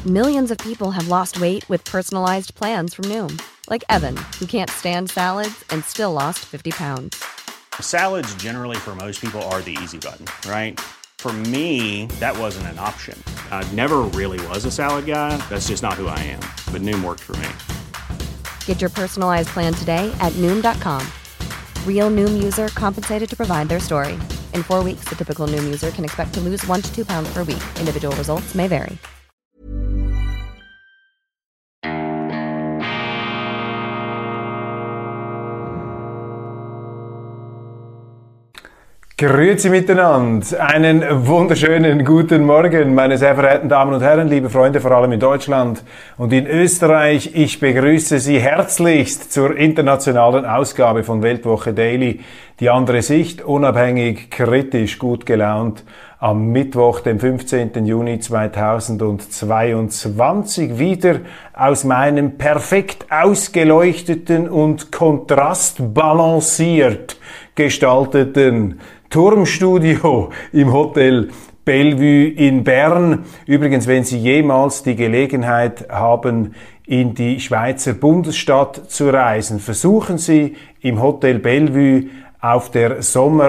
Millions of people have lost weight with personalized plans from Noom. Like Evan, who can't stand salads and still lost 50 pounds. Salads generally for most people are the easy button, right? For me, that wasn't an option. I never really was a salad guy. That's just not who I am. But Noom worked for me. Get your personalized plan today at Noom.com. Real Noom user compensated to provide their story. In 4 weeks, the typical Noom user can expect to lose 1 to 2 pounds per week. Individual results may vary. Grüezi miteinander, einen wunderschönen guten Morgen, meine sehr verehrten Damen und Herren, liebe Freunde, vor allem in Deutschland und in Österreich. Ich begrüße Sie herzlichst zur internationalen Ausgabe von Weltwoche Daily. Die andere Sicht, unabhängig, kritisch, gut gelaunt, am Mittwoch, dem 15. Juni 2022, wieder aus meinem perfekt ausgeleuchteten und kontrastbalanciert gestalteten Turmstudio im Hotel Bellevue in Bern. Übrigens, wenn Sie jemals die Gelegenheit haben, in die Schweizer Bundesstadt zu reisen, versuchen Sie im Hotel Bellevue auf der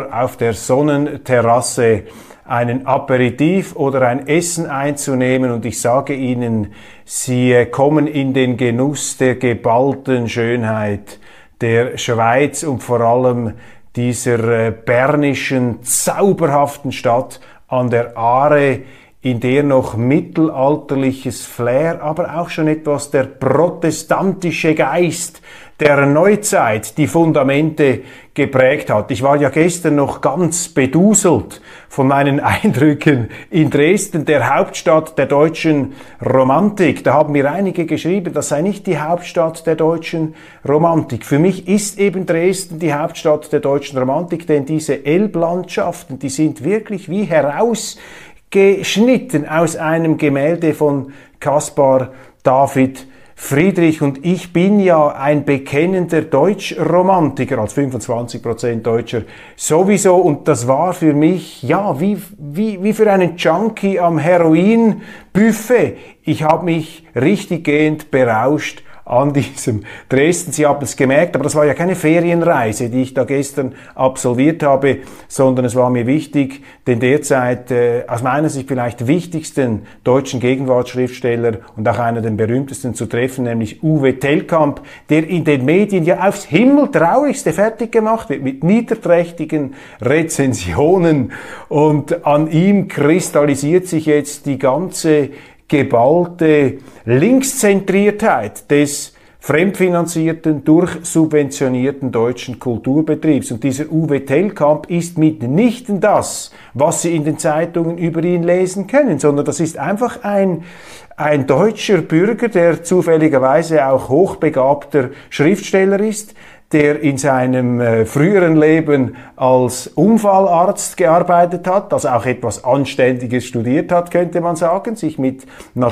Sonnenterrasse einen Aperitif oder ein Essen einzunehmen, und ich sage Ihnen, Sie kommen in den Genuss der geballten Schönheit der Schweiz und vor allem dieser bernischen, zauberhaften Stadt an der Aare, in der noch mittelalterliches Flair, aber auch schon etwas der protestantische Geist der Neuzeit die Fundamente geprägt hat. Ich war ja gestern noch ganz beduselt von meinen Eindrücken in Dresden, der Hauptstadt der deutschen Romantik. Da haben mir einige geschrieben, das sei nicht die Hauptstadt der deutschen Romantik. Für mich ist eben Dresden die Hauptstadt der deutschen Romantik, denn diese Elblandschaften, die sind wirklich wie herausgeschnitten aus einem Gemälde von Caspar David Friedrich, und ich bin ja ein bekennender Deutschromantiker, als 25% Deutscher sowieso, und das war für mich, ja, wie für einen Junkie am Heroin-Buffet. Ich habe mich richtiggehend berauscht an diesem Dresden. Sie haben es gemerkt, aber das war ja keine Ferienreise, die ich da gestern absolviert habe, sondern es war mir wichtig, den derzeit aus meiner Sicht vielleicht wichtigsten deutschen Gegenwartsschriftsteller und auch einer der berühmtesten zu treffen, nämlich Uwe Tellkamp, der in den Medien ja aufs Himmeltraurigste fertig gemacht wird, mit niederträchtigen Rezensionen, und an ihm kristallisiert sich jetzt die ganze geballte Linkszentriertheit des fremdfinanzierten, durchsubventionierten deutschen Kulturbetriebs. Und dieser Uwe Tellkamp ist mitnichten das, was Sie in den Zeitungen über ihn lesen können, sondern das ist einfach ein deutscher Bürger, der zufälligerweise auch hochbegabter Schriftsteller ist, der in seinem früheren Leben als Unfallarzt gearbeitet hat, also auch etwas Anständiges studiert hat, könnte man sagen, sich mit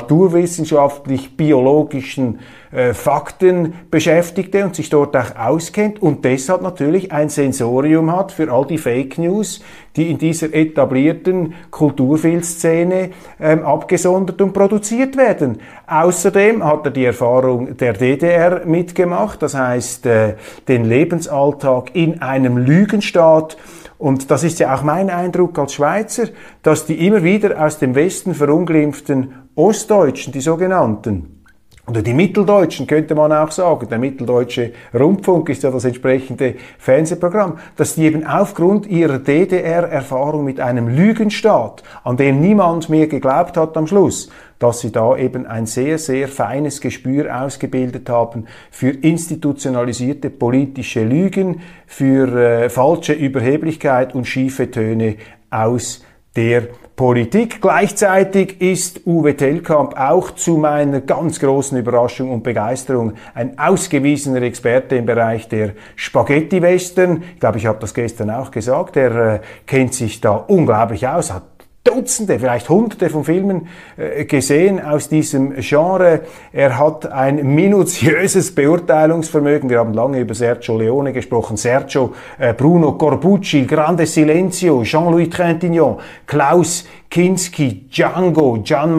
naturwissenschaftlich-biologischen Fakten beschäftigte und sich dort auch auskennt und deshalb natürlich ein Sensorium hat für all die Fake News, die in dieser etablierten Kulturfilmszene abgesondert und produziert werden. Außerdem hat er die Erfahrung der DDR mitgemacht, das heißt den Lebensalltag in einem Lügenstaat. Und das ist ja auch mein Eindruck als Schweizer, dass die immer wieder aus dem Westen verunglimpften Ostdeutschen, die sogenannten, oder die Mitteldeutschen könnte man auch sagen, der Mitteldeutsche Rundfunk ist ja das entsprechende Fernsehprogramm, dass die eben aufgrund ihrer DDR-Erfahrung mit einem Lügenstaat, an dem niemand mehr geglaubt hat am Schluss, dass sie da eben ein sehr, sehr feines Gespür ausgebildet haben für institutionalisierte politische Lügen, für falsche Überheblichkeit und schiefe Töne aus der Politik. Gleichzeitig ist Uwe Tellkamp auch zu meiner ganz großen Überraschung und Begeisterung ein ausgewiesener Experte im Bereich der Spaghetti-Western. Ich glaube, ich habe das gestern auch gesagt. Er kennt sich da unglaublich aus, hat Dutzende, vielleicht Hunderte von Filmen gesehen aus diesem Genre. Er hat ein minutiöses Beurteilungsvermögen. Wir haben lange über Sergio Leone gesprochen. Sergio, Bruno Corbucci, Grande Silenzio, Jean-Louis Trintignant, Klaus Kinski, Django, Gian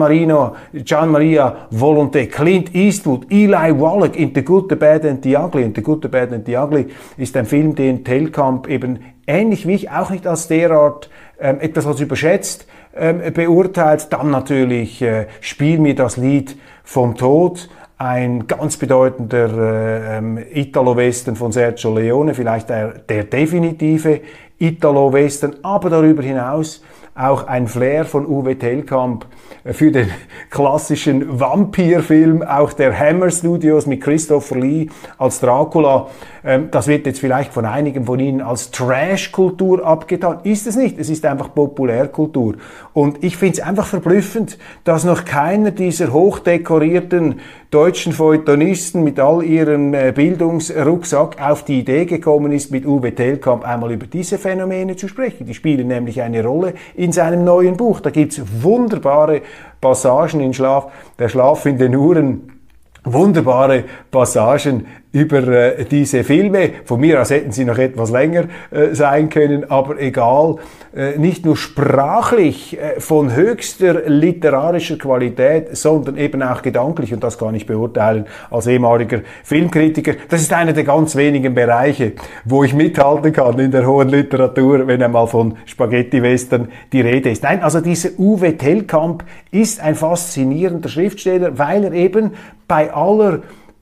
Maria Volonté, Clint Eastwood, Eli Wallach in The Good, the Bad and the Ugly. Und The Good, the Bad and the Ugly ist ein Film, den Telkamp eben ähnlich wie ich auch nicht als derart etwas als überschätzt beurteilt. Dann natürlich Spiel mir das Lied vom Tod, ein ganz bedeutender Italo-Western von Sergio Leone, vielleicht der definitive Italo-Western, aber darüber hinaus auch ein Flair von Uwe Telkamp für den klassischen Vampirfilm, auch der Hammer Studios mit Christopher Lee als Dracula. Das wird jetzt vielleicht von einigen von Ihnen als Trash-Kultur abgetan. Ist es nicht, es ist einfach Populärkultur. Und ich finde es einfach verblüffend, dass noch keiner dieser hochdekorierten deutschen Feuilletonisten mit all ihrem Bildungsrucksack auf die Idee gekommen ist, mit Uwe Telkamp einmal über diese Phänomene zu sprechen. Die spielen nämlich eine Rolle in seinem neuen Buch. Da gibt's wunderbare Passagen in Der Schlaf in den Uhren, wunderbare Passagen über diese Filme. Von mir aus hätten sie noch etwas länger sein können, aber egal. Nicht nur sprachlich von höchster literarischer Qualität, sondern eben auch gedanklich, und das kann ich beurteilen als ehemaliger Filmkritiker. Das ist einer der ganz wenigen Bereiche, wo ich mithalten kann in der hohen Literatur, wenn einmal von Spaghetti-Western die Rede ist. Nein, also dieser Uwe Telkamp ist ein faszinierender Schriftsteller, weil er eben bei aller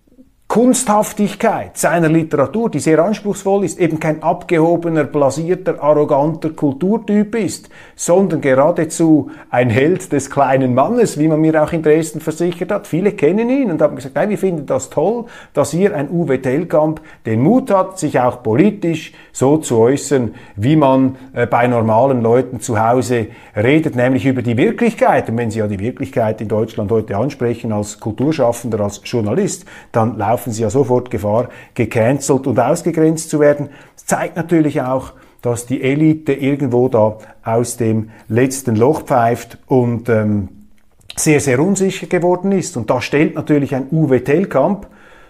Kunsthaftigkeit seiner Literatur, die sehr anspruchsvoll ist, eben kein abgehobener, blasierter, arroganter Kulturtyp ist, sondern geradezu ein Held des kleinen Mannes, wie man mir auch in Dresden versichert hat. Viele kennen ihn und haben gesagt, nein, wir finden das toll, dass hier ein Uwe Telkamp den Mut hat, sich auch politisch so zu äußern, wie man bei normalen Leuten zu Hause redet, nämlich über die Wirklichkeit. Und wenn Sie ja die Wirklichkeit in Deutschland heute ansprechen als Kulturschaffender, als Journalist, dann laufen Sie ja sofort Gefahr, gecancelt und ausgegrenzt zu werden. Das zeigt natürlich auch, dass die Elite irgendwo da aus dem letzten Loch pfeift und sehr, sehr unsicher geworden ist. Und da stellt natürlich ein Uwe Telkamp,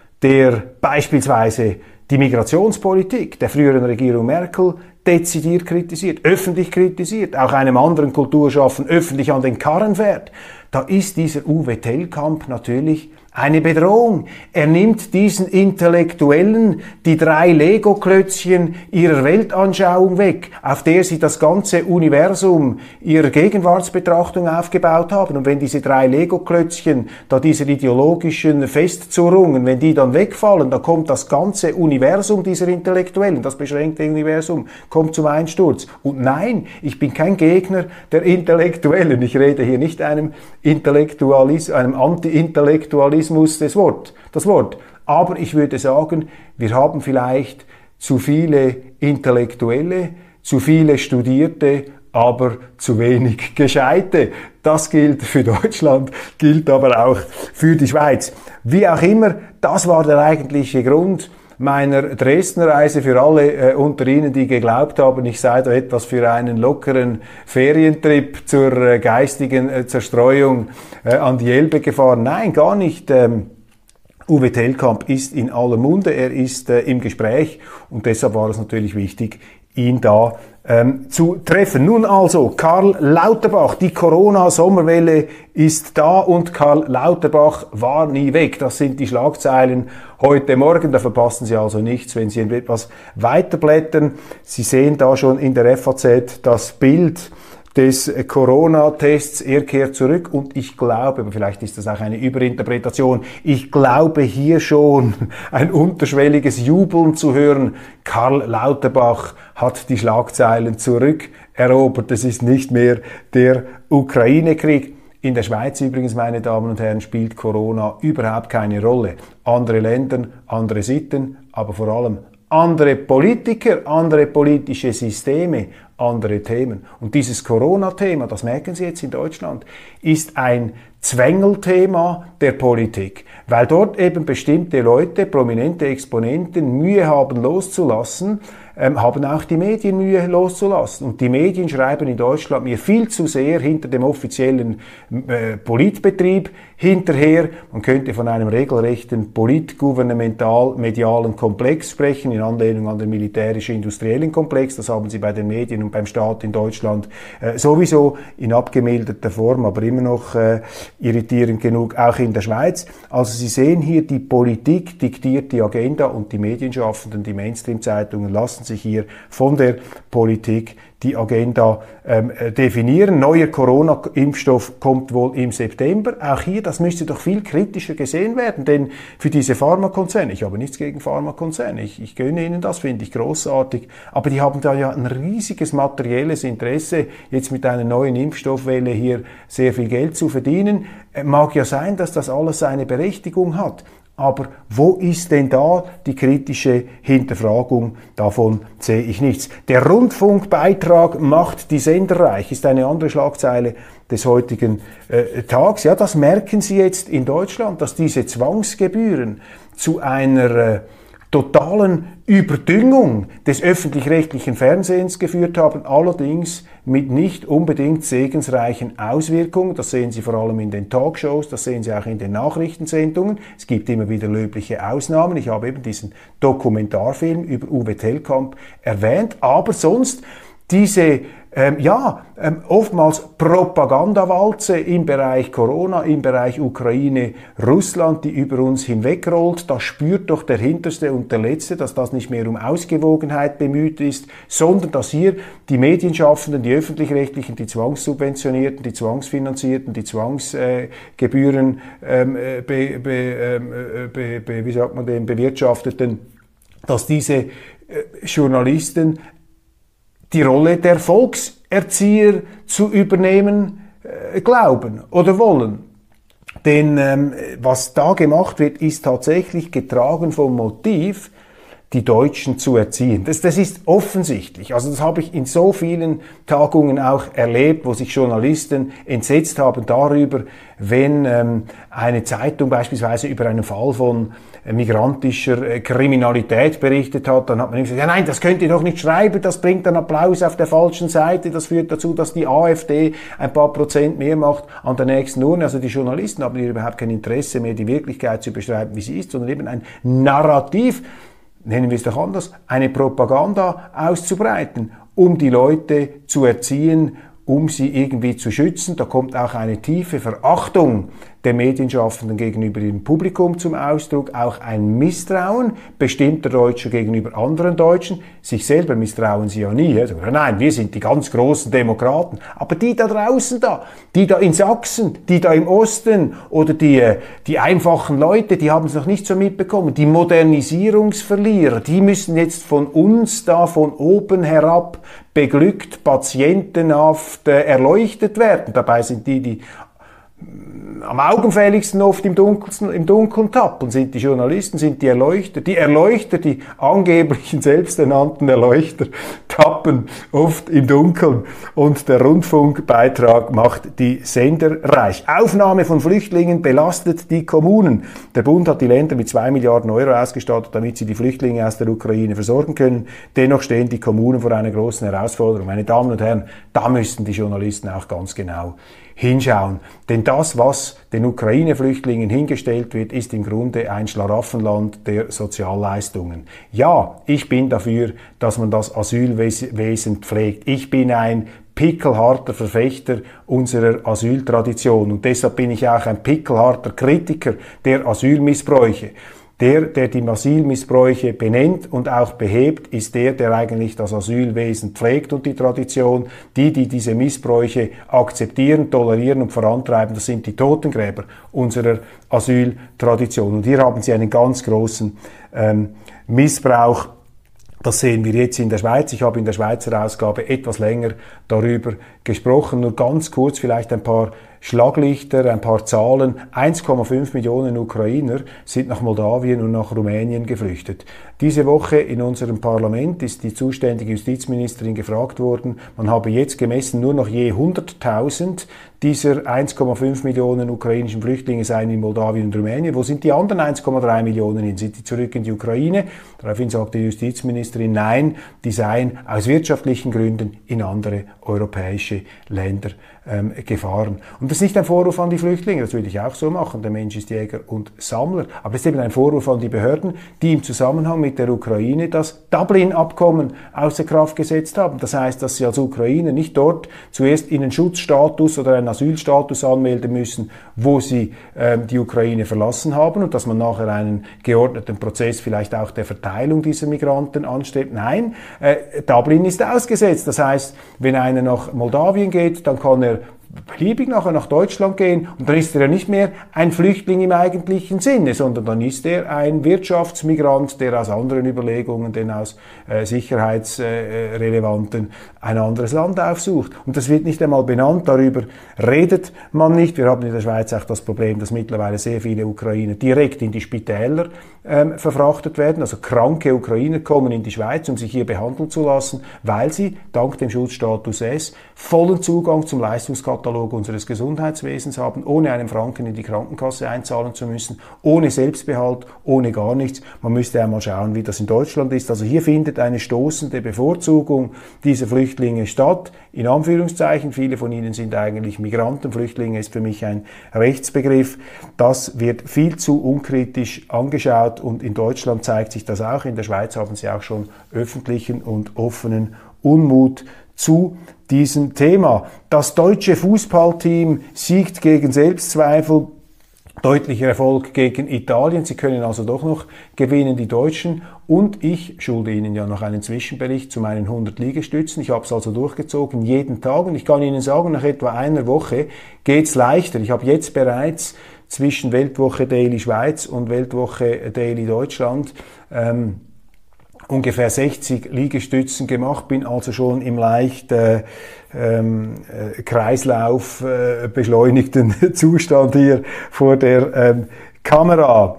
der beispielsweise die Migrationspolitik der früheren Regierung Merkel dezidiert kritisiert, öffentlich kritisiert, auch einem anderen Kulturschaffen öffentlich an den Karren fährt, da ist dieser Uwe Telkamp natürlich eine Bedrohung. Er nimmt diesen Intellektuellen die 3 Lego-Klötzchen ihrer Weltanschauung weg, auf der sie das ganze Universum ihrer Gegenwartsbetrachtung aufgebaut haben. Und wenn diese 3 Lego-Klötzchen, da dieser ideologischen Festzurrungen, wenn die dann wegfallen, dann kommt das ganze Universum dieser Intellektuellen, das beschränkte Universum, kommt zum Einsturz. Und nein, ich bin kein Gegner der Intellektuellen. Ich rede hier nicht einem Anti-Intellektualismus das Wort. Aber ich würde sagen, wir haben vielleicht zu viele Intellektuelle, zu viele Studierte, aber zu wenig Gescheite. Das gilt für Deutschland, gilt aber auch für die Schweiz. Wie auch immer, das war der eigentliche Grund meiner Dresdner Reise für alle unter Ihnen, die geglaubt haben, ich sei da etwas für einen lockeren Ferientrip zur geistigen Zerstreuung an die Elbe gefahren. Nein, gar nicht. Uwe Telkamp ist in aller Munde, er ist im Gespräch und deshalb war es natürlich wichtig, ihn da zu treffen. Nun also, Karl Lauterbach, die Corona-Sommerwelle ist da und Karl Lauterbach war nie weg. Das sind die Schlagzeilen heute Morgen, da verpassen Sie also nichts, wenn Sie etwas weiterblättern. Sie sehen da schon in der FAZ das Bild des Corona-Tests, er kehrt zurück und ich glaube, aber vielleicht ist das auch eine Überinterpretation, ich glaube hier schon ein unterschwelliges Jubeln zu hören. Karl Lauterbach hat die Schlagzeilen zurückerobert. Es ist nicht mehr der Ukraine-Krieg. In der Schweiz übrigens, meine Damen und Herren, spielt Corona überhaupt keine Rolle. Andere Länder, andere Sitten, aber vor allem andere Politiker, andere politische Systeme, andere Themen. Und dieses Corona-Thema, das merken Sie jetzt in Deutschland, ist ein Zwängelthema der Politik, weil dort eben bestimmte Leute, prominente Exponenten, Mühe haben loszulassen, haben auch die Medien Mühe loszulassen. Und die Medien schreiben in Deutschland mir viel zu sehr hinter dem offiziellen Politbetrieb hinterher. Man könnte von einem regelrechten politgouvernemental-medialen Komplex sprechen, in Anlehnung an den militärisch-industriellen Komplex. Das haben sie bei den Medien und beim Staat in Deutschland sowieso in abgemilderter Form, aber immer noch irritierend genug, auch in der Schweiz. Also Sie sehen hier, die Politik diktiert die Agenda und die Medienschaffenden, die Mainstream-Zeitungen lassen sich hier von der Politik die Agenda definieren. Neuer Corona-Impfstoff kommt wohl im September. Auch hier, das müsste doch viel kritischer gesehen werden, denn für diese Pharmakonzerne, ich habe nichts gegen Pharmakonzerne, ich gönne ihnen das, finde ich großartig, aber die haben da ja ein riesiges materielles Interesse, jetzt mit einer neuen Impfstoffwelle hier sehr viel Geld zu verdienen. Mag ja sein, dass das alles seine Berechtigung hat. Aber wo ist denn da die kritische Hinterfragung? Davon sehe ich nichts. Der Rundfunkbeitrag macht die Sender reich, ist eine andere Schlagzeile des heutigen Tags. Ja, das merken Sie jetzt in Deutschland, dass diese Zwangsgebühren zu einer totalen Überdüngung des öffentlich-rechtlichen Fernsehens geführt haben, allerdings mit nicht unbedingt segensreichen Auswirkungen. Das sehen Sie vor allem in den Talkshows, das sehen Sie auch in den Nachrichtensendungen. Es gibt immer wieder löbliche Ausnahmen. Ich habe eben diesen Dokumentarfilm über Uwe Tellkamp erwähnt, aber sonst diese oftmals Propagandawalze im Bereich Corona, im Bereich Ukraine, Russland, die über uns hinwegrollt, da spürt doch der Hinterste und der Letzte, dass das nicht mehr um Ausgewogenheit bemüht ist, sondern dass hier die Medienschaffenden, die Öffentlich-Rechtlichen, die Zwangssubventionierten, die Zwangsfinanzierten, die Zwangsgebühren bewirtschafteten, dass diese Journalisten die Rolle der Volkserzieher zu übernehmen glauben oder wollen. Denn was da gemacht wird, ist tatsächlich getragen vom Motiv, die Deutschen zu erziehen. Das ist offensichtlich. Also das habe ich in so vielen Tagungen auch erlebt, wo sich Journalisten entsetzt haben darüber, wenn eine Zeitung beispielsweise über einen Fall von migrantischer Kriminalität berichtet hat, dann hat man ihm gesagt, ja nein, das könnt ihr doch nicht schreiben, das bringt dann Applaus auf der falschen Seite, das führt dazu, dass die AfD ein paar Prozent mehr macht an der nächsten Urne. Also die Journalisten haben hier überhaupt kein Interesse mehr, die Wirklichkeit zu beschreiben, wie sie ist, sondern eben ein Narrativ, nennen wir es doch anders, eine Propaganda auszubreiten, um die Leute zu erziehen, um sie irgendwie zu schützen. Da kommt auch eine tiefe Verachtung der Medienschaffenden gegenüber ihrem Publikum zum Ausdruck, auch ein Misstrauen bestimmter Deutscher gegenüber anderen Deutschen. Sich selber misstrauen sie ja nie. Also, nein, wir sind die ganz großen Demokraten. Aber die da draußen die da in Sachsen, die da im Osten oder die einfachen Leute, die haben es noch nicht so mitbekommen. Die Modernisierungsverlierer, die müssen jetzt von uns da von oben herab beglückt, patientenhaft erleuchtet werden. Dabei sind die am augenfälligsten oft im Dunkeln tappen, sind die Journalisten, sind die Erleuchter, die angeblichen selbsternannten Erleuchter tappen oft im Dunkeln und der Rundfunkbeitrag macht die Sender reich. Aufnahme von Flüchtlingen belastet die Kommunen. Der Bund hat die Länder mit 2 Milliarden Euro ausgestattet, damit sie die Flüchtlinge aus der Ukraine versorgen können. Dennoch stehen die Kommunen vor einer großen Herausforderung. Meine Damen und Herren, da müssten die Journalisten auch ganz genau hinschauen. Denn das, was den Ukraine-Flüchtlingen hingestellt wird, ist im Grunde ein Schlaraffenland der Sozialleistungen. Ja, ich bin dafür, dass man das Asylwesen pflegt. Ich bin ein pickelharter Verfechter unserer Asyltradition und deshalb bin ich auch ein pickelharter Kritiker der Asylmissbräuche. Der die Asylmissbräuche benennt und auch behebt, ist der eigentlich das Asylwesen pflegt und die Tradition. Die diese Missbräuche akzeptieren, tolerieren und vorantreiben, das sind die Totengräber unserer Asyltradition. Und hier haben Sie einen ganz großen Missbrauch. Das sehen wir jetzt in der Schweiz. Ich habe in der Schweizer Ausgabe etwas länger darüber gesprochen. Nur ganz kurz vielleicht ein paar Schlaglichter, ein paar Zahlen. 1,5 Millionen Ukrainer sind nach Moldawien und nach Rumänien geflüchtet. Diese Woche in unserem Parlament ist die zuständige Justizministerin gefragt worden, man habe jetzt gemessen nur noch je 100.000 dieser 1,5 Millionen ukrainischen Flüchtlinge seien in Moldawien und Rumänien. Wo sind die anderen 1,3 Millionen hin? Sind die zurück in die Ukraine? Daraufhin sagte die Justizministerin, nein, die seien aus wirtschaftlichen Gründen in andere europäische Länder gefahren. Und das ist nicht ein Vorwurf an die Flüchtlinge, das würde ich auch so machen, der Mensch ist Jäger und Sammler, aber es ist eben ein Vorwurf an die Behörden, die im Zusammenhang mit der Ukraine das Dublin-Abkommen außer Kraft gesetzt haben. Das heißt, dass sie als Ukrainer nicht dort zuerst in einen Schutzstatus oder einen Asylstatus anmelden müssen, wo sie die Ukraine verlassen haben und dass man nachher einen geordneten Prozess vielleicht auch der Verteilung dieser Migranten anstrebt. Nein, Dublin ist ausgesetzt. Das heißt, wenn einer nach Moldawien geht, dann kann er beliebig nachher nach Deutschland gehen und dann ist er ja nicht mehr ein Flüchtling im eigentlichen Sinne, sondern dann ist er ein Wirtschaftsmigrant, der aus anderen Überlegungen, denn aus sicherheitsrelevanten ein anderes Land aufsucht. Und das wird nicht einmal benannt, darüber redet man nicht. Wir haben in der Schweiz auch das Problem, dass mittlerweile sehr viele Ukrainer direkt in die Spitäler verfrachtet werden. Also kranke Ukrainer kommen in die Schweiz, um sich hier behandeln zu lassen, weil sie dank dem Schutzstatus S vollen Zugang zum Leistungskatalog unseres Gesundheitswesens haben, ohne einen Franken in die Krankenkasse einzahlen zu müssen, ohne Selbstbehalt, ohne gar nichts. Man müsste einmal schauen, wie das in Deutschland ist. Also hier findet eine stoßende Bevorzugung dieser Flüchtlinge statt. In Anführungszeichen, viele von ihnen sind eigentlich Migranten. Flüchtlinge ist für mich ein Rechtsbegriff. Das wird viel zu unkritisch angeschaut und in Deutschland zeigt sich das auch. In der Schweiz haben sie auch schon öffentlichen und offenen Unmut zu diesem Thema. Das deutsche Fußballteam siegt gegen Selbstzweifel. Deutlicher Erfolg gegen Italien. Sie können also doch noch gewinnen, die Deutschen. Und ich schulde Ihnen ja noch einen Zwischenbericht zu meinen 100 Liegestützen. Ich habe es also durchgezogen, jeden Tag. Und ich kann Ihnen sagen, nach etwa einer Woche geht's leichter. Ich habe jetzt bereits zwischen Weltwoche Daily Schweiz und Weltwoche Daily Deutschland ungefähr 60 Liegestützen gemacht, bin also schon im leicht Kreislauf beschleunigten Zustand hier vor der Kamera.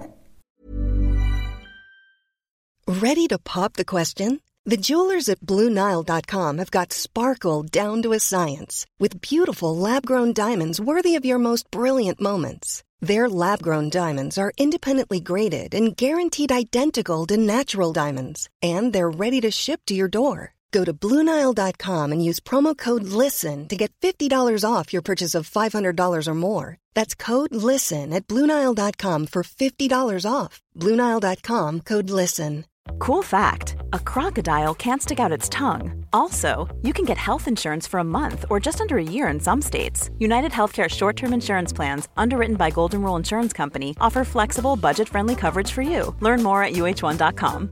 Ready to pop the question? The jewelers at BlueNile.com have got sparkle down to a science with beautiful lab-grown diamonds worthy of your most brilliant moments. Their lab-grown diamonds are independently graded and guaranteed identical to natural diamonds, and they're ready to ship to your door. Go to BlueNile.com and use promo code LISTEN to get $50 off your purchase of $500 or more. That's code LISTEN at BlueNile.com for $50 off. BlueNile.com, code LISTEN. Cool fact, a crocodile can't stick out its tongue. Also, you can get health insurance for a month or just under a year in some states. United Healthcare short-term insurance plans, underwritten by Golden Rule Insurance Company, offer flexible, budget-friendly coverage for you. Learn more at uh1.com.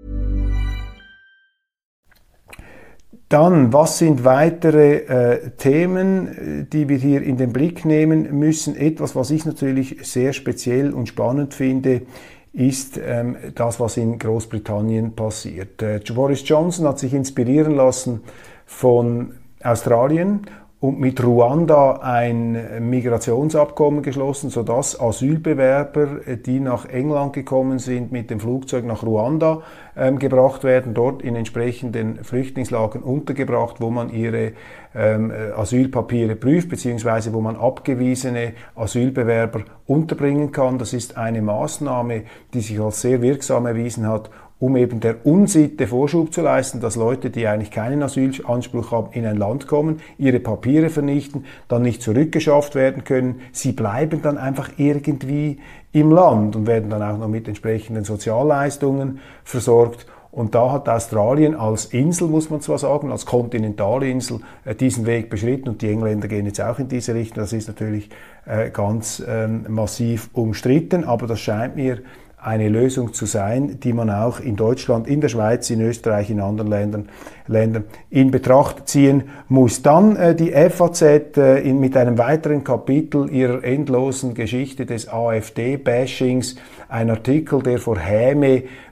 Dann, was sind weitere Themen, die wir hier in den Blick nehmen müssen? Etwas, was ich natürlich sehr speziell und spannend finde, ist das, was in Großbritannien passiert. Boris Johnson hat sich inspirieren lassen von Australien und mit Ruanda ein Migrationsabkommen geschlossen, sodass Asylbewerber, die nach England gekommen sind, mit dem Flugzeug nach Ruanda gebracht werden, dort in entsprechenden Flüchtlingslagern untergebracht, wo man ihre Asylpapiere prüft, beziehungsweise wo man abgewiesene Asylbewerber unterbringen kann. Das ist eine Maßnahme, die sich als sehr wirksam erwiesen hat, um eben der Unsitte Vorschub zu leisten, dass Leute, die eigentlich keinen Asylanspruch haben, in ein Land kommen, ihre Papiere vernichten, dann nicht zurückgeschafft werden können. Sie bleiben dann einfach irgendwie im Land und werden dann auch noch mit entsprechenden Sozialleistungen versorgt. Und da hat Australien als Insel, muss man zwar sagen, als Kontinentalinsel diesen Weg beschritten und die Engländer gehen jetzt auch in diese Richtung. Das ist natürlich ganz massiv umstritten, aber das scheint mir eine Lösung zu sein, die man auch in Deutschland, in der Schweiz, in Österreich, in anderen Ländern in Betracht ziehen muss. Dann die FAZ mit einem weiteren Kapitel ihrer endlosen Geschichte des AfD-Bashings, ein Artikel, der vor Häme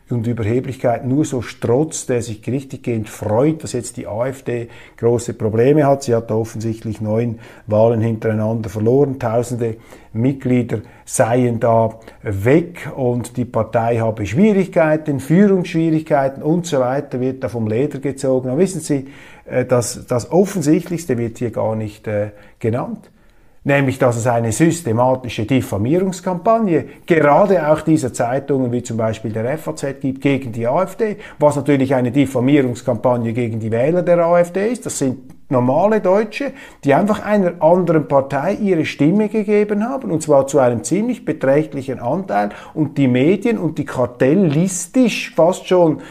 und Überheblichkeit nur so strotzt, der sich richtiggehend freut, dass jetzt die AfD große Probleme hat. Sie hat da offensichtlich 9 Wahlen hintereinander verloren, tausende Mitglieder seien da weg und die Partei habe Schwierigkeiten, Führungsschwierigkeiten und so weiter, wird da vom Leder gezogen. Aber wissen Sie, das Offensichtlichste wird hier gar nicht genannt. Nämlich, dass es eine systematische Diffamierungskampagne, gerade auch dieser Zeitungen wie zum Beispiel der FAZ gibt, gegen die AfD, was natürlich eine Diffamierungskampagne gegen die Wähler der AfD ist. Das sind normale Deutsche, die einfach einer anderen Partei ihre Stimme gegeben haben, und zwar zu einem ziemlich beträchtlichen Anteil, und die Medien und die kartellistisch fast schon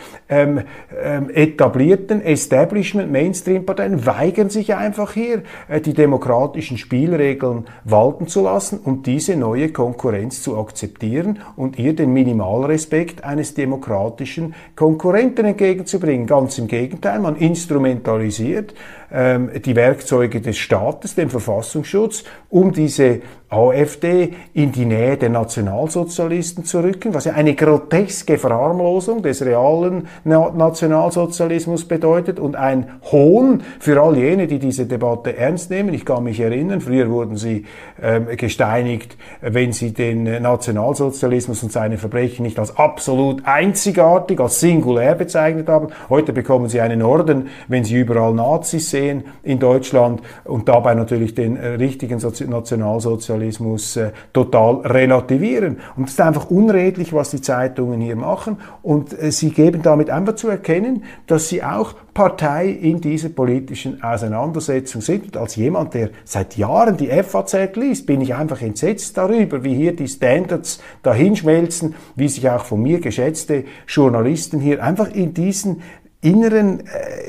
etablierten Establishment, Mainstream-Parteien weigern sich einfach hier, die demokratischen Spielregeln walten zu lassen und diese neue Konkurrenz zu akzeptieren und ihr den Minimalrespekt eines demokratischen Konkurrenten entgegenzubringen. Ganz im Gegenteil, man instrumentalisiert die Werkzeuge des Staates, den Verfassungsschutz, um diese AfD in die Nähe der Nationalsozialisten zu rücken, was ja eine groteske Verharmlosung des realen Nationalsozialismus bedeutet und ein Hohn für all jene, die diese Debatte ernst nehmen. Ich kann mich erinnern, früher wurden sie gesteinigt, wenn sie den Nationalsozialismus und seine Verbrechen nicht als absolut einzigartig, als singulär bezeichnet haben. Heute bekommen sie einen Orden, wenn sie überall Nazis sehen in Deutschland und dabei natürlich den richtigen Nationalsozialismus total relativieren. Und es ist einfach unredlich, was die Zeitungen hier machen. Und sie geben damit einfach zu erkennen, dass sie auch Partei in dieser politischen Auseinandersetzung sind. Und als jemand, der seit Jahren die FAZ liest, bin ich einfach entsetzt darüber, wie hier die Standards dahinschmelzen, wie sich auch von mir geschätzte Journalisten hier einfach in diesen inneren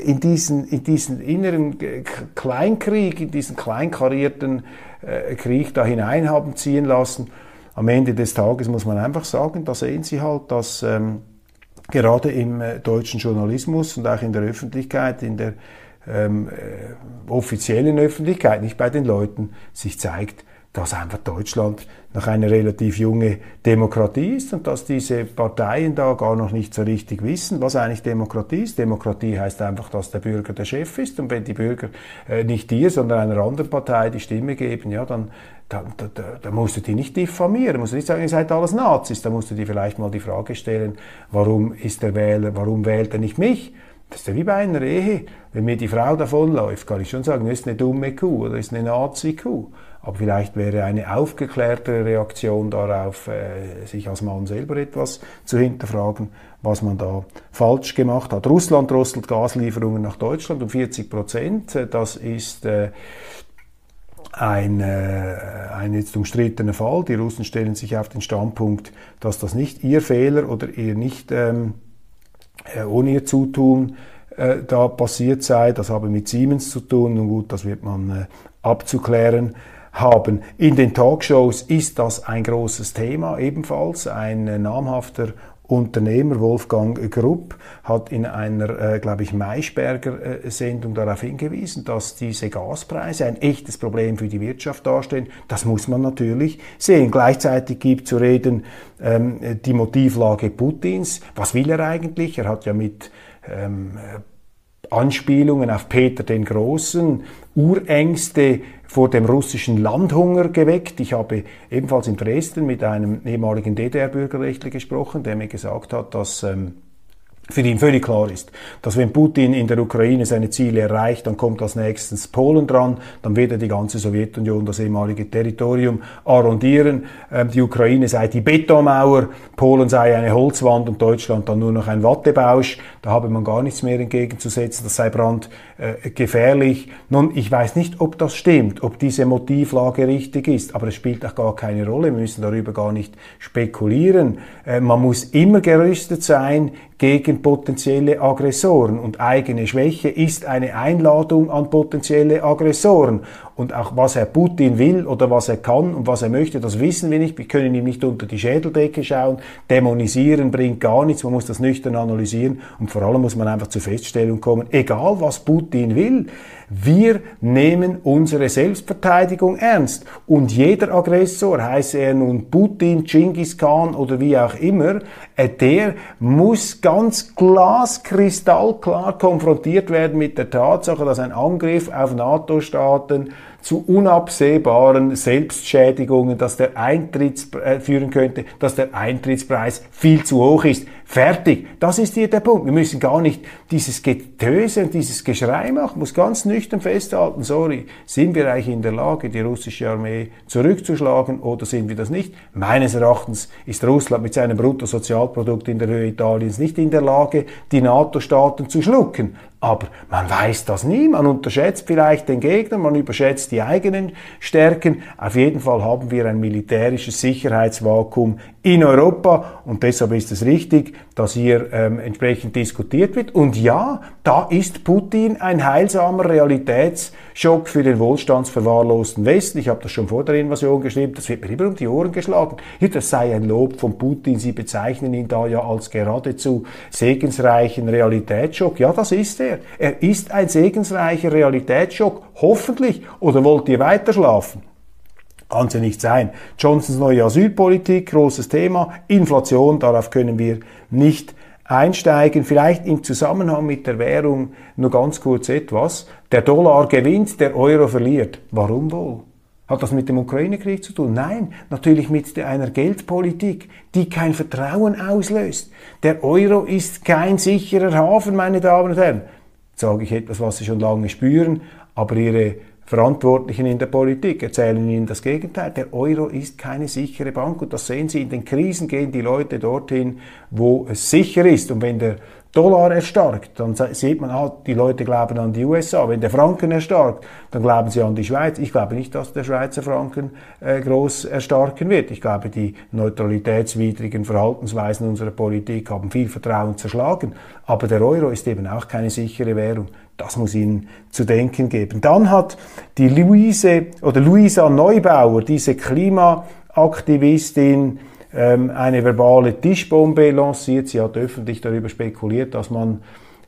Kleinkrieg, in diesen kleinkarierten Krieg da hinein haben ziehen lassen. Am Ende des Tages muss man einfach sagen, da sehen Sie halt, dass gerade im deutschen Journalismus und auch in der Öffentlichkeit, in der offiziellen Öffentlichkeit, nicht bei den Leuten, sich zeigt, dass einfach Deutschland noch eine relativ junge Demokratie ist und dass diese Parteien da gar noch nicht so richtig wissen, was eigentlich Demokratie ist. Demokratie heißt einfach, dass der Bürger der Chef ist, und wenn die Bürger nicht dir, sondern einer anderen Partei die Stimme geben, ja, dann musst du die nicht diffamieren, musst du nicht sagen, ihr seid alles Nazis, da musst du dir vielleicht mal die Frage stellen, warum wählt er nicht mich? Das ist ja wie bei einer Ehe. Wenn mir die Frau davonläuft, kann ich schon sagen, das ist eine dumme Kuh oder das ist eine Nazi-Kuh. Aber vielleicht wäre eine aufgeklärtere Reaktion darauf, sich als Mann selber etwas zu hinterfragen, was man da falsch gemacht hat. Russland drosselt Gaslieferungen nach Deutschland um 40%. Das ist ein jetzt umstrittener Fall. Die Russen stellen sich auf den Standpunkt, dass das nicht ihr Fehler oder ihr nicht ohne ihr Zutun da passiert sei. Das habe mit Siemens zu tun. Nun gut, das wird man abzuklären haben. In den Talkshows ist das ein großes Thema ebenfalls. Ein namhafter Unternehmer, Wolfgang Grupp, hat in einer, glaube ich, Maischberger-Sendung darauf hingewiesen, dass diese Gaspreise ein echtes Problem für die Wirtschaft darstellen. Das muss man natürlich sehen. Gleichzeitig gibt zu reden die Motivlage Putins. Was will er eigentlich? Er hat ja mit Anspielungen auf Peter den Großen Urängste vor dem russischen Landhunger geweckt. Ich habe ebenfalls in Dresden mit einem ehemaligen DDR-Bürgerrechtler gesprochen, der mir gesagt hat, dass für ihn völlig klar ist, dass wenn Putin in der Ukraine seine Ziele erreicht, dann kommt als nächstes Polen dran, dann wird er die ganze Sowjetunion, das ehemalige Territorium, arrondieren. Die Ukraine sei die Betonmauer, Polen sei eine Holzwand und Deutschland dann nur noch ein Wattebausch. Da habe man gar nichts mehr entgegenzusetzen, das sei brandgefährlich. Nun, ich weiß nicht, ob das stimmt, ob diese Motivlage richtig ist, aber es spielt auch gar keine Rolle, wir müssen darüber gar nicht spekulieren. Man muss immer gerüstet sein gegen potenzielle Aggressoren, und eigene Schwäche ist eine Einladung an potenzielle Aggressoren. Und auch was Herr Putin will oder was er kann und was er möchte, das wissen wir nicht. Wir können ihm nicht unter die Schädeldecke schauen. Dämonisieren bringt gar nichts. Man muss das nüchtern analysieren. Und vor allem muss man einfach zur Feststellung kommen, egal was Putin will, wir nehmen unsere Selbstverteidigung ernst. Und jeder Aggressor, heiße er nun Putin, Genghis Khan oder wie auch immer, der muss ganz glaskristallklar konfrontiert werden mit der Tatsache, dass ein Angriff auf NATO-Staaten zu unabsehbaren Selbstschädigungen, dass der führen könnte, dass der Eintrittspreis viel zu hoch ist. Fertig. Das ist hier der Punkt. Wir müssen gar nicht dieses Getöse und dieses Geschrei machen. Muss ganz nüchtern festhalten, sorry, sind wir eigentlich in der Lage, die russische Armee zurückzuschlagen oder sind wir das nicht? Meines Erachtens ist Russland mit seinem Bruttosozialprodukt in der Höhe Italiens nicht in der Lage, die NATO-Staaten zu schlucken. Aber man weiß das nie, man unterschätzt vielleicht den Gegner, man überschätzt die eigenen Stärken. Auf jeden Fall haben wir ein militärisches Sicherheitsvakuum in Europa und deshalb ist es richtig, dass hier entsprechend diskutiert wird. Und ja, da ist Putin ein heilsamer Realitätsschock für den wohlstandsverwahrlosten Westen. Ich habe das schon vor der Invasion geschrieben, das wird mir immer um die Ohren geschlagen. Ja, das sei ein Lob von Putin, Sie bezeichnen ihn da ja als geradezu segensreichen Realitätsschock. Ja, das ist er. Er ist ein segensreicher Realitätsschock, hoffentlich. Oder wollt ihr weiter schlafen? Kann es ja nicht sein. Johnsons neue Asylpolitik, großes Thema. Inflation, darauf können wir nicht einsteigen. Vielleicht im Zusammenhang mit der Währung nur ganz kurz etwas. Der Dollar gewinnt, der Euro verliert. Warum wohl? Hat das mit dem Ukraine-Krieg zu tun? Nein, natürlich mit einer Geldpolitik, die kein Vertrauen auslöst. Der Euro ist kein sicherer Hafen, meine Damen und Herren. Jetzt sage ich etwas, was Sie schon lange spüren, aber Ihre Verantwortlichen in der Politik erzählen Ihnen das Gegenteil. Der Euro ist keine sichere Bank und das sehen Sie, in den Krisen gehen die Leute dorthin, wo es sicher ist. Und wenn der Dollar erstarkt, dann sieht man, die Leute glauben an die USA. Wenn der Franken erstarkt, dann glauben sie an die Schweiz. Ich glaube nicht, dass der Schweizer Franken groß erstarken wird. Ich glaube, die neutralitätswidrigen Verhaltensweisen unserer Politik haben viel Vertrauen zerschlagen. Aber der Euro ist eben auch keine sichere Währung. Das muss Ihnen zu denken geben. Dann hat die Luisa Neubauer, diese Klimaaktivistin, eine verbale Tischbombe lanciert. Sie hat öffentlich darüber spekuliert, dass man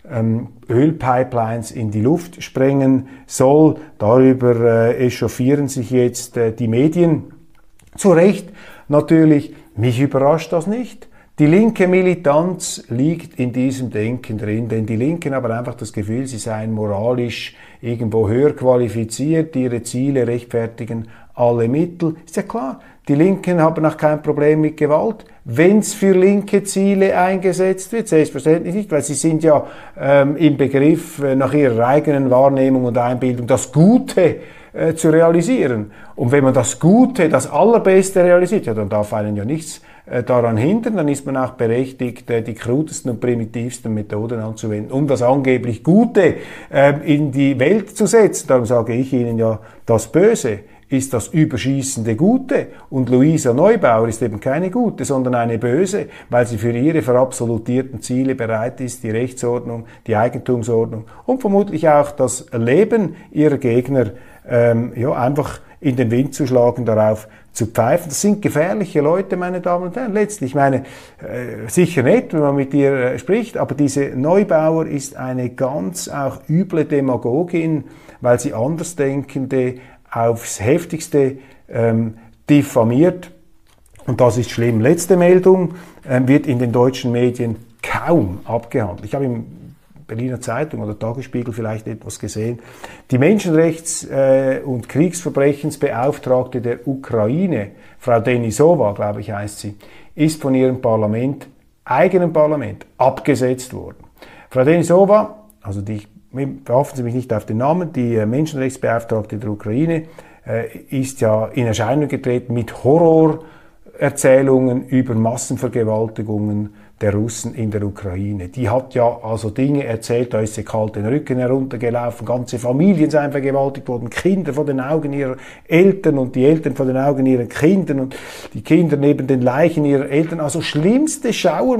Ölpipelines in die Luft sprengen soll. Darüber echauffieren sich jetzt die Medien. Zu Recht natürlich. Mich überrascht das nicht. Die linke Militanz liegt in diesem Denken drin, denn die Linken haben einfach das Gefühl, sie seien moralisch irgendwo höher qualifiziert, ihre Ziele rechtfertigen alle Mittel. Ist ja klar, die Linken haben auch kein Problem mit Gewalt, wenn es für linke Ziele eingesetzt wird, selbstverständlich nicht, weil sie sind ja im Begriff, nach ihrer eigenen Wahrnehmung und Einbildung das Gute zu realisieren. Und wenn man das Gute, das Allerbeste realisiert, ja, dann darf einen ja nichts daran hindern, dann ist man auch berechtigt, die krudesten und primitivsten Methoden anzuwenden, um das angeblich Gute in die Welt zu setzen. Darum sage ich Ihnen ja, das Böse ist das überschießende Gute. Und Luisa Neubauer ist eben keine Gute, sondern eine Böse, weil sie für ihre verabsolutierten Ziele bereit ist, die Rechtsordnung, die Eigentumsordnung und vermutlich auch das Leben ihrer Gegner einfach in den Wind zu schlagen, darauf zu pfeifen. Das sind gefährliche Leute, meine Damen und Herren. Letztlich, ich meine, sicher nett, wenn man mit ihr spricht, aber diese Neubauer ist eine ganz auch üble Demagogin, weil sie Andersdenkende aufs Heftigste diffamiert. Und das ist schlimm. Letzte Meldung wird in den deutschen Medien kaum abgehandelt. Ich habe im Berliner Zeitung oder Tagesspiegel vielleicht etwas gesehen. Die Menschenrechts- und Kriegsverbrechensbeauftragte der Ukraine, Frau Denisova, glaube ich, heißt sie, ist von ihrem eigenen Parlament abgesetzt worden. Frau Denisova, verhaften Sie mich nicht auf den Namen, die Menschenrechtsbeauftragte der Ukraine, ist ja in Erscheinung getreten mit Horrorerzählungen über Massenvergewaltigungen der Russen in der Ukraine. Die hat ja also Dinge erzählt, da ist sie kalt den Rücken heruntergelaufen, ganze Familien seien vergewaltigt worden, Kinder vor den Augen ihrer Eltern und die Eltern vor den Augen ihrer Kindern und die Kinder neben den Leichen ihrer Eltern. Also schlimmste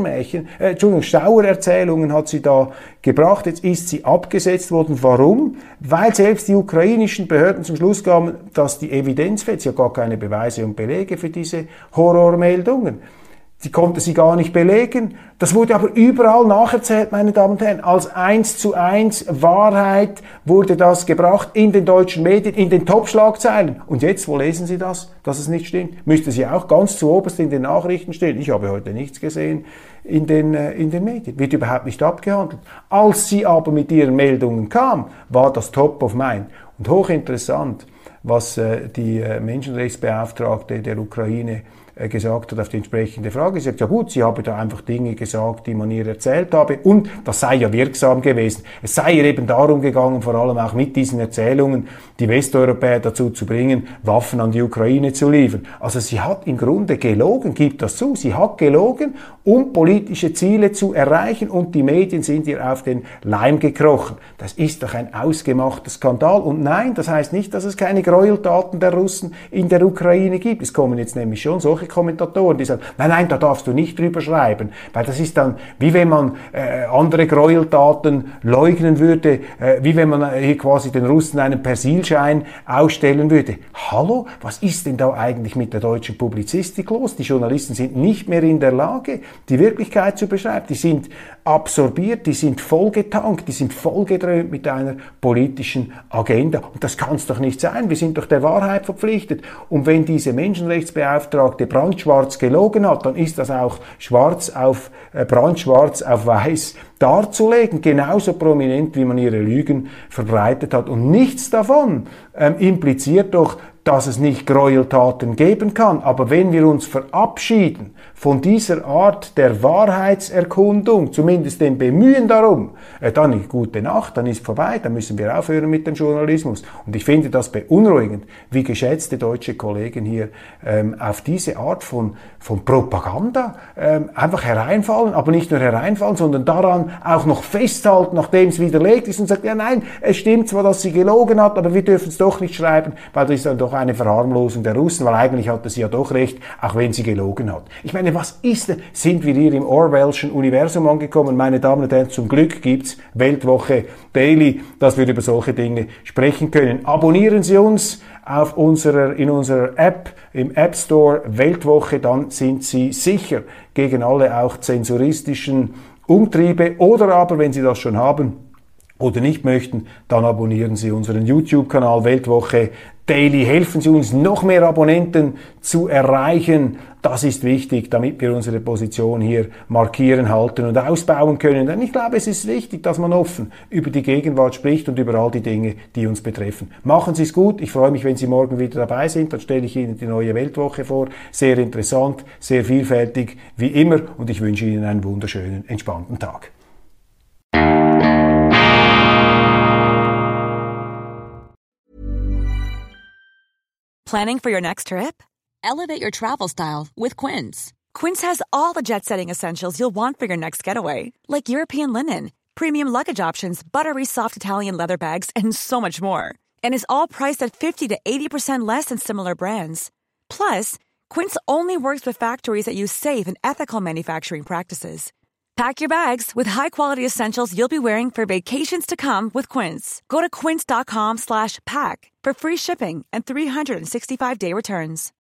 Schauererzählungen hat sie da gebracht. Jetzt ist sie abgesetzt worden. Warum? Weil selbst die ukrainischen Behörden zum Schluss kamen, dass die Evidenz fehlt. Sie hat gar keine Beweise und Belege für diese Horrormeldungen. Sie konnte sie gar nicht belegen. Das wurde aber überall nacherzählt, meine Damen und Herren. Als 1:1 Wahrheit wurde das gebracht in den deutschen Medien, in den Top-Schlagzeilen. Und jetzt, wo lesen Sie das, dass es nicht stimmt? Müsste sie auch ganz zuoberst in den Nachrichten stehen. Ich habe heute nichts gesehen in den Medien. Wird überhaupt nicht abgehandelt. Als sie aber mit ihren Meldungen kam, war das top of mind. Und hochinteressant, was die Menschenrechtsbeauftragte der Ukraine gesagt hat auf die entsprechende Frage. Sie sagt, ja gut, sie habe da einfach Dinge gesagt, die man ihr erzählt habe und das sei ja wirksam gewesen. Es sei ihr eben darum gegangen, vor allem auch mit diesen Erzählungen, die Westeuropäer dazu zu bringen, Waffen an die Ukraine zu liefern. Also sie hat im Grunde gelogen, gibt das zu. Sie hat gelogen, um politische Ziele zu erreichen und die Medien sind ihr auf den Leim gekrochen. Das ist doch ein ausgemachter Skandal. Und nein, das heißt nicht, dass es keine Gräueltaten der Russen in der Ukraine gibt. Es kommen jetzt nämlich schon solche Kommentatoren, die sagen, nein, da darfst du nicht drüber schreiben, weil das ist dann, wie wenn man andere Gräueltaten leugnen würde, wie wenn man hier quasi den Russen einen Persilschein ausstellen würde. Hallo, was ist denn da eigentlich mit der deutschen Publizistik los? Die Journalisten sind nicht mehr in der Lage, die Wirklichkeit zu beschreiben. Die sind absorbiert, die sind vollgetankt, die sind vollgedröhnt mit einer politischen Agenda. Und das kann es doch nicht sein. Wir sind doch der Wahrheit verpflichtet. Und wenn diese Menschenrechtsbeauftragte brandschwarz gelogen hat, dann ist das auch brandschwarz auf weiß darzulegen, genauso prominent, wie man ihre Lügen verbreitet hat. Und nichts davon impliziert doch, dass es nicht Gräueltaten geben kann. Aber wenn wir uns verabschieden von dieser Art der Wahrheitserkundung, zumindest dem Bemühen darum, dann eine gute Nacht, dann ist vorbei, dann müssen wir aufhören mit dem Journalismus. Und ich finde das beunruhigend, wie geschätzte deutsche Kollegen hier auf diese Art von Propaganda einfach hereinfallen, aber nicht nur hereinfallen, sondern daran auch noch festhalten, nachdem es widerlegt ist und sagt, ja nein, es stimmt zwar, dass sie gelogen hat, aber wir dürfen es doch nicht schreiben, weil das ist dann doch eine Verharmlosung der Russen, weil eigentlich hatte sie ja doch recht, auch wenn sie gelogen hat. Ich meine, was ist denn? Sind wir hier im Orwellschen Universum angekommen? Meine Damen und Herren, zum Glück gibt's Weltwoche Daily, dass wir über solche Dinge sprechen können. Abonnieren Sie uns in unserer App, im App Store Weltwoche, dann sind Sie sicher gegen alle auch zensuristischen Umtriebe. Oder aber, wenn Sie das schon haben oder nicht möchten, dann abonnieren Sie unseren YouTube-Kanal Weltwoche Daily. Helfen Sie uns, noch mehr Abonnenten zu erreichen. Das ist wichtig, damit wir unsere Position hier markieren, halten und ausbauen können. Denn ich glaube, es ist wichtig, dass man offen über die Gegenwart spricht und über all die Dinge, die uns betreffen. Machen Sie es gut. Ich freue mich, wenn Sie morgen wieder dabei sind. Dann stelle ich Ihnen die neue Weltwoche vor. Sehr interessant, sehr vielfältig, wie immer. Und ich wünsche Ihnen einen wunderschönen, entspannten Tag. Planning for your next trip? Elevate your travel style with Quince. Quince has all the jet-setting essentials you'll want for your next getaway, like European linen, premium luggage options, buttery soft Italian leather bags, and so much more. And is all priced at 50 to 80% less than similar brands. Plus, Quince only works with factories that use safe and ethical manufacturing practices. Pack your bags with high-quality essentials you'll be wearing for vacations to come with Quince. Go to quince.com/pack for free shipping and 365-day returns.